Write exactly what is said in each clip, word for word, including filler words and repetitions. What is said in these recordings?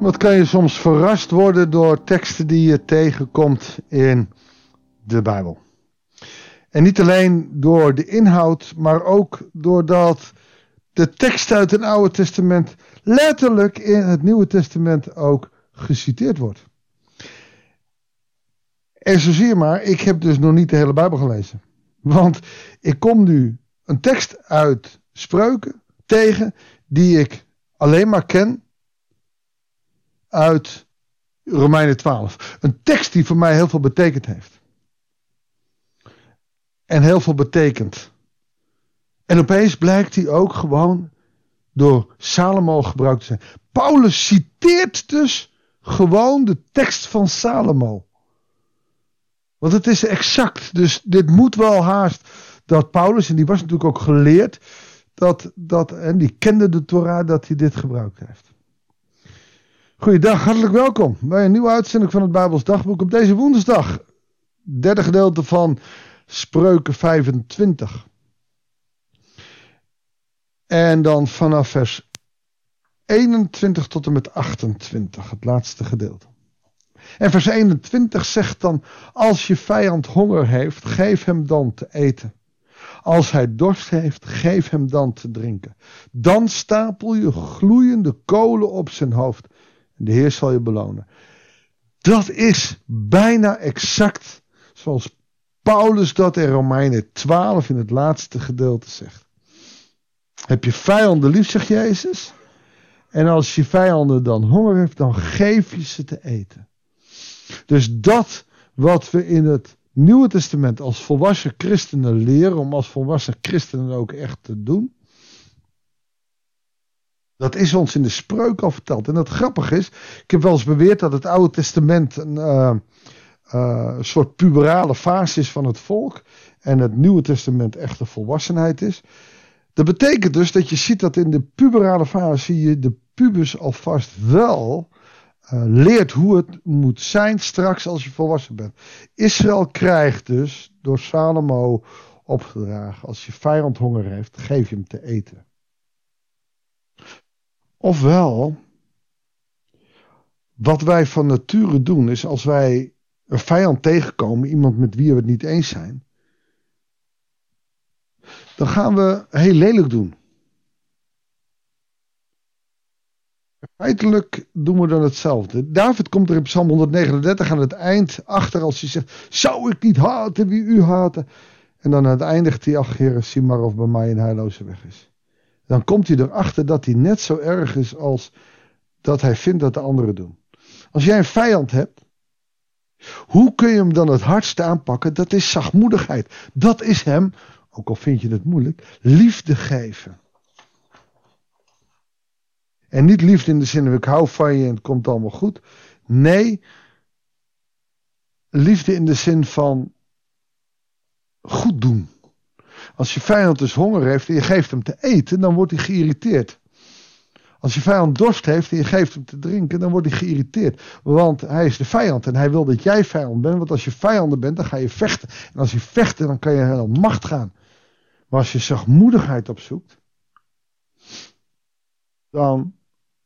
Wat kan je soms verrast worden door teksten die je tegenkomt in de Bijbel. En niet alleen door de inhoud, maar ook doordat de tekst uit het Oude Testament letterlijk in het Nieuwe Testament ook geciteerd wordt. En zo zie je maar, ik heb dus nog niet de hele Bijbel gelezen. Want ik kom nu een tekst uit Spreuken tegen die ik alleen maar ken uit Romeinen twaalf. Een tekst die voor mij heel veel betekend heeft. En heel veel betekent. En opeens blijkt die ook gewoon door Salomo gebruikt te zijn. Paulus citeert dus gewoon de tekst van Salomo. Want het is exact. Dus dit moet wel haast dat Paulus, en die was natuurlijk ook geleerd, dat, dat, en die kende de Torah, dat hij dit gebruikt heeft. Goeiedag, hartelijk welkom bij een nieuwe uitzending van het Bijbels Dagboek op deze woensdag. Derde gedeelte van Spreuken vijfentwintig. En dan vanaf vers eenentwintig tot en met achtentwintig, het laatste gedeelte. En vers eenentwintig zegt dan: als je vijand honger heeft, geef hem dan te eten. Als hij dorst heeft, geef hem dan te drinken. Dan stapel je gloeiende kolen op zijn hoofd. En de Heer zal je belonen. Dat is bijna exact zoals Paulus dat in Romeinen twaalf in het laatste gedeelte zegt. Heb je vijanden lief, zegt Jezus. En als je vijanden dan honger heeft, dan geef je ze te eten. Dus dat wat we in het Nieuwe Testament als volwassen christenen leren, om als volwassen christenen ook echt te doen, dat is ons in de Spreuken al verteld. En dat grappig is, ik heb wel eens beweerd dat het Oude Testament een uh, uh, soort puberale fase is van het volk en het Nieuwe Testament echt de volwassenheid is. Dat betekent dus dat je ziet dat in de puberale fase je de pubers alvast wel uh, leert hoe het moet zijn straks als je volwassen bent. Israël krijgt dus door Salomo opgedragen: als je vijand honger heeft, geef je hem te eten. Ofwel, wat wij van nature doen is, als wij een vijand tegenkomen, iemand met wie we het niet eens zijn, dan gaan we heel lelijk doen. Feitelijk doen we dan hetzelfde. David komt er in Psalm honderdnegenendertig aan het eind achter als hij zegt: zou ik niet haten wie u haten? En dan aan het eindigt hij: ach Heere, zie maar of bij mij een heilloze weg is. Dan komt hij erachter dat hij net zo erg is als dat hij vindt dat de anderen doen. Als jij een vijand hebt, hoe kun je hem dan het hardste aanpakken? Dat is zachtmoedigheid. Dat is hem, ook al vind je het moeilijk, liefde geven. En niet liefde in de zin van ik hou van je en het komt allemaal goed. Nee, liefde in de zin van goed doen. Als je vijand dus honger heeft en je geeft hem te eten, dan wordt hij geïrriteerd. Als je vijand dorst heeft en je geeft hem te drinken, dan wordt hij geïrriteerd. Want hij is de vijand en hij wil dat jij vijand bent. Want als je vijanden bent, dan ga je vechten. En als je vecht, dan kan je heel macht gaan. Maar als je zachtmoedigheid opzoekt, dan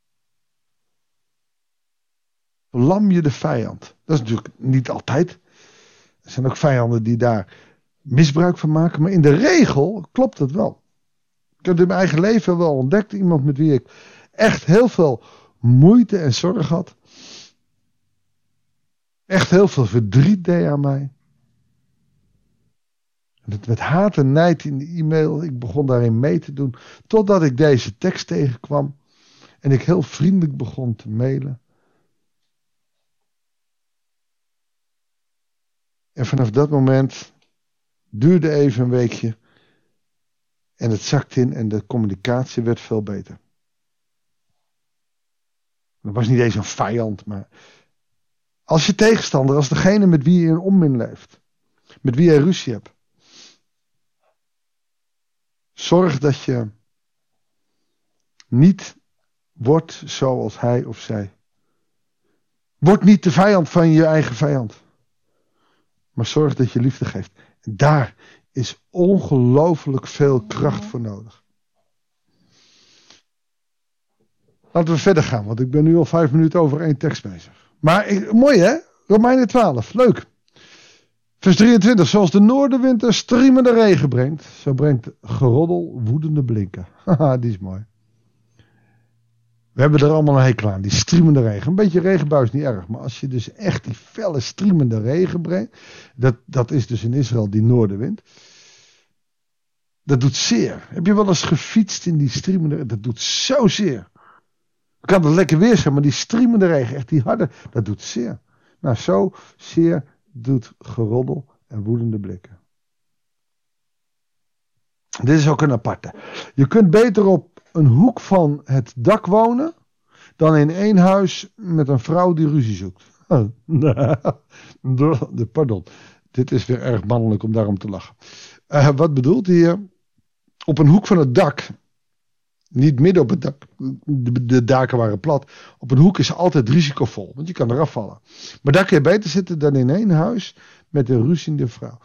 verlam je de vijand. Dat is natuurlijk niet altijd. Er zijn ook vijanden die daar misbruik van maken. Maar in de regel klopt het wel. Ik heb het in mijn eigen leven wel ontdekt. Iemand met wie ik echt heel veel moeite en zorg had. Echt heel veel verdriet deed aan mij. En het werd haat en nijd in de e-mail. Ik begon daarin mee te doen. Totdat ik deze tekst tegenkwam. En ik heel vriendelijk begon te mailen. En vanaf dat moment duurde even een weekje. En het zakte in en de communicatie werd veel beter. Dat was niet eens een vijand, maar als je tegenstander, als degene met wie je in onmin leeft, met wie je ruzie hebt, zorg dat je niet wordt zoals hij of zij. Word niet de vijand van je eigen vijand. Maar zorg dat je liefde geeft. En daar is ongelooflijk veel kracht voor nodig. Laten we verder gaan, want ik ben nu al vijf minuten over één tekst bezig. Maar ik, mooi hè? Romeinen twaalf, leuk. Vers drieëntwintig, zoals de noordenwind een striemende regen brengt, zo brengt geroddel woedende blinken. Haha, die is mooi. We hebben er allemaal een hekel aan, die striemende regen. Een beetje regenbui is niet erg, maar als je dus echt die felle striemende regen brengt, dat, dat is dus in Israël die noordenwind, dat doet zeer. Heb je wel eens gefietst in die striemende regen? Dat doet zo zeer. Kan het lekker weer zijn, maar die striemende regen, echt die harde, dat doet zeer. Nou, zo zeer doet geroddel en woedende blikken. Dit is ook een aparte. Je kunt beter op een hoek van het dak wonen dan in één huis met een vrouw die ruzie zoekt. Pardon, dit is weer erg mannelijk om daarom te lachen. Uh, wat bedoelt hij? Op een hoek van het dak, niet midden op het dak, de, de daken waren plat. Op een hoek is altijd risicovol, want je kan eraf vallen. Maar daar kun je beter zitten dan in één huis met een ruziende vrouw.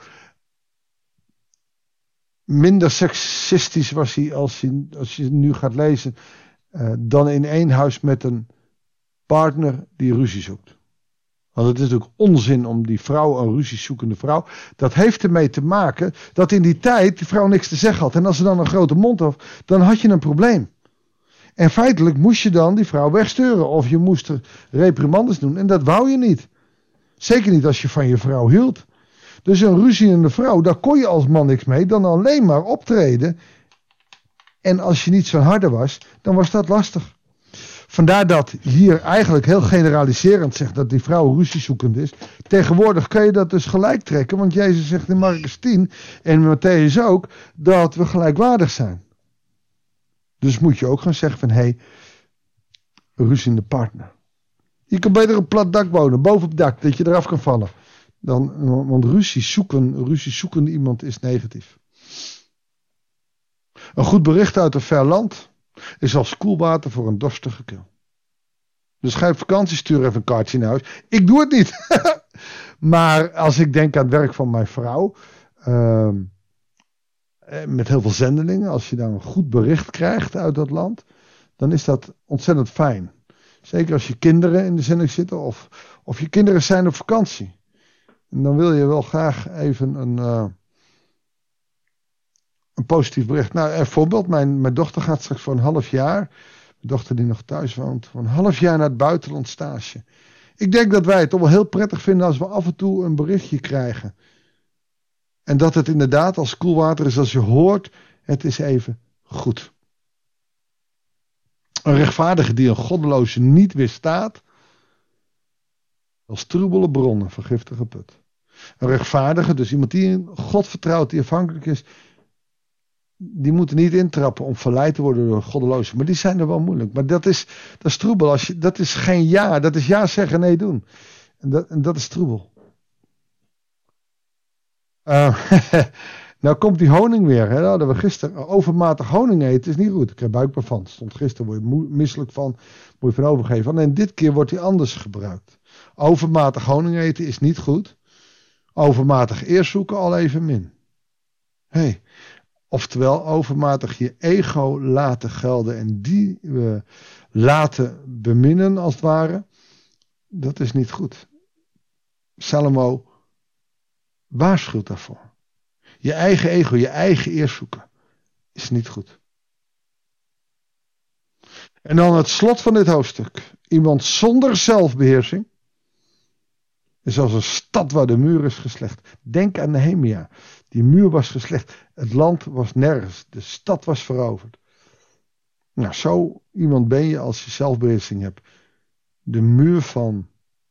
Minder seksistisch was hij als je, als je nu gaat lezen, uh, dan in één huis met een partner die ruzie zoekt. Want het is natuurlijk onzin om die vrouw, een ruziezoekende vrouw. Dat heeft ermee te maken dat in die tijd die vrouw niks te zeggen had. En als ze dan een grote mond had, dan had je een probleem. En feitelijk moest je dan die vrouw wegsturen. Of je moest er reprimandes doen. En dat wou je niet. Zeker niet als je van je vrouw hield. Dus een ruziende vrouw, daar kon je als man niks mee. Dan alleen maar optreden. En als je niet zo'n harde was, dan was dat lastig. Vandaar dat hier eigenlijk heel generaliserend zegt dat die vrouw ruziezoekend is. Tegenwoordig kan je dat dus gelijk trekken. Want Jezus zegt in Marcus tien en Matthäus ook dat we gelijkwaardig zijn. Dus moet je ook gaan zeggen van hé, hey, ruziende partner. Je kan beter op een plat dak wonen, boven op het dak, dat je eraf kan vallen. Dan, want ruzie zoeken, ruzie zoekende iemand is negatief. Een goed bericht uit een ver land is als koelwater voor een dorstige keel. Dus ga je op vakantie, stuur even een kaartje naar huis. Ik doe het niet. Maar als ik denk aan het werk van mijn vrouw, uh, met heel veel zendelingen, als je dan een goed bericht krijgt uit dat land, dan is dat ontzettend fijn. Zeker als je kinderen in de zending zitten of, of je kinderen zijn op vakantie. En dan wil je wel graag even een, uh, een positief bericht. Nou, een voorbeeld. Mijn, mijn dochter gaat straks voor een half jaar, mijn dochter die nog thuis woont, voor een half jaar naar het buitenland stage. Ik denk dat wij het toch wel heel prettig vinden als we af en toe een berichtje krijgen. En dat het inderdaad als koelwater is, als je hoort, het is even goed. Een rechtvaardige die een goddeloze niet weerstaat, als troebele bronnen van giftige put. Een rechtvaardige, dus iemand die in God vertrouwt, die afhankelijk is, die moeten niet intrappen om verleid te worden door goddelozen. Maar die zijn er wel moeilijk. Maar dat is, dat is troebel. Als je, dat is geen ja. Dat is ja zeggen, nee doen. En dat, en dat is troebel. Uh, nou komt die honing weer. Hè? Dat hadden we gisteren. Overmatig honing eten is niet goed. Ik heb buikpijn van. Stond gisteren, word je moe, misselijk van. Moet je van overgeven. En dit keer wordt die anders gebruikt. Overmatig honing eten is niet goed. Overmatig eer zoeken al even min. Hey. Oftewel overmatig je ego laten gelden en die uh, laten beminnen als het ware. Dat is niet goed. Salomo waarschuwt daarvoor. Je eigen ego, je eigen eer zoeken is niet goed. En dan het slot van dit hoofdstuk. Iemand zonder zelfbeheersing is als een stad waar de muur is geslecht. Denk aan Nehemia. Die muur was geslecht. Het land was nergens. De stad was veroverd. Nou, zo iemand ben je als je zelfbeheersing hebt. De muur van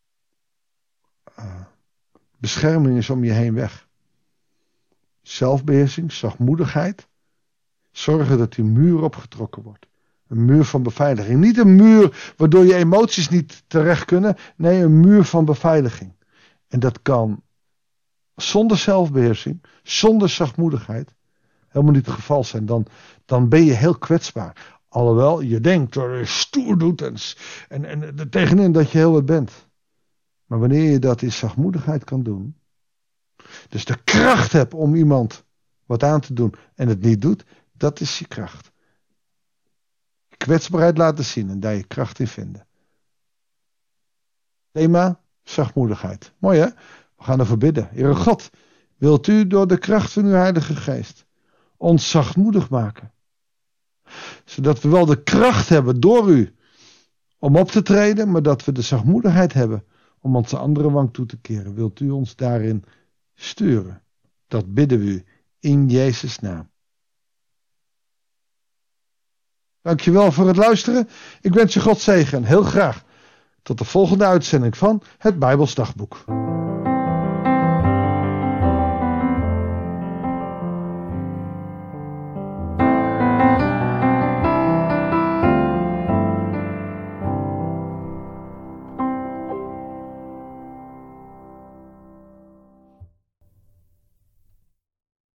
uh, bescherming is om je heen weg. Zelfbeheersing, zachtmoedigheid. Zorgen dat die muur opgetrokken wordt. Een muur van beveiliging. Niet een muur waardoor je emoties niet terecht kunnen. Nee, een muur van beveiliging. En dat kan zonder zelfbeheersing, zonder zachtmoedigheid, helemaal niet het geval zijn. Dan, dan ben je heel kwetsbaar. Alhoewel je denkt dat je stoer doet en, en, en er tegenin dat je heel wat bent. Maar wanneer je dat in zachtmoedigheid kan doen, dus de kracht hebt om iemand wat aan te doen en het niet doet, dat is je kracht. kwetsbaarheid laten zien en daar je kracht in vinden. Thema, zachtmoedigheid. Mooi hè? We gaan ervoor bidden. Heere God, wilt u door de kracht van uw Heilige Geest ons zachtmoedig maken? Zodat we wel de kracht hebben door u om op te treden, maar dat we de zachtmoedigheid hebben om onze andere wang toe te keren. Wilt u ons daarin sturen? Dat bidden we u in Jezus' naam. Dankjewel voor het luisteren. Ik wens je God zegen en heel graag tot de volgende uitzending van het Bijbels Dagboek.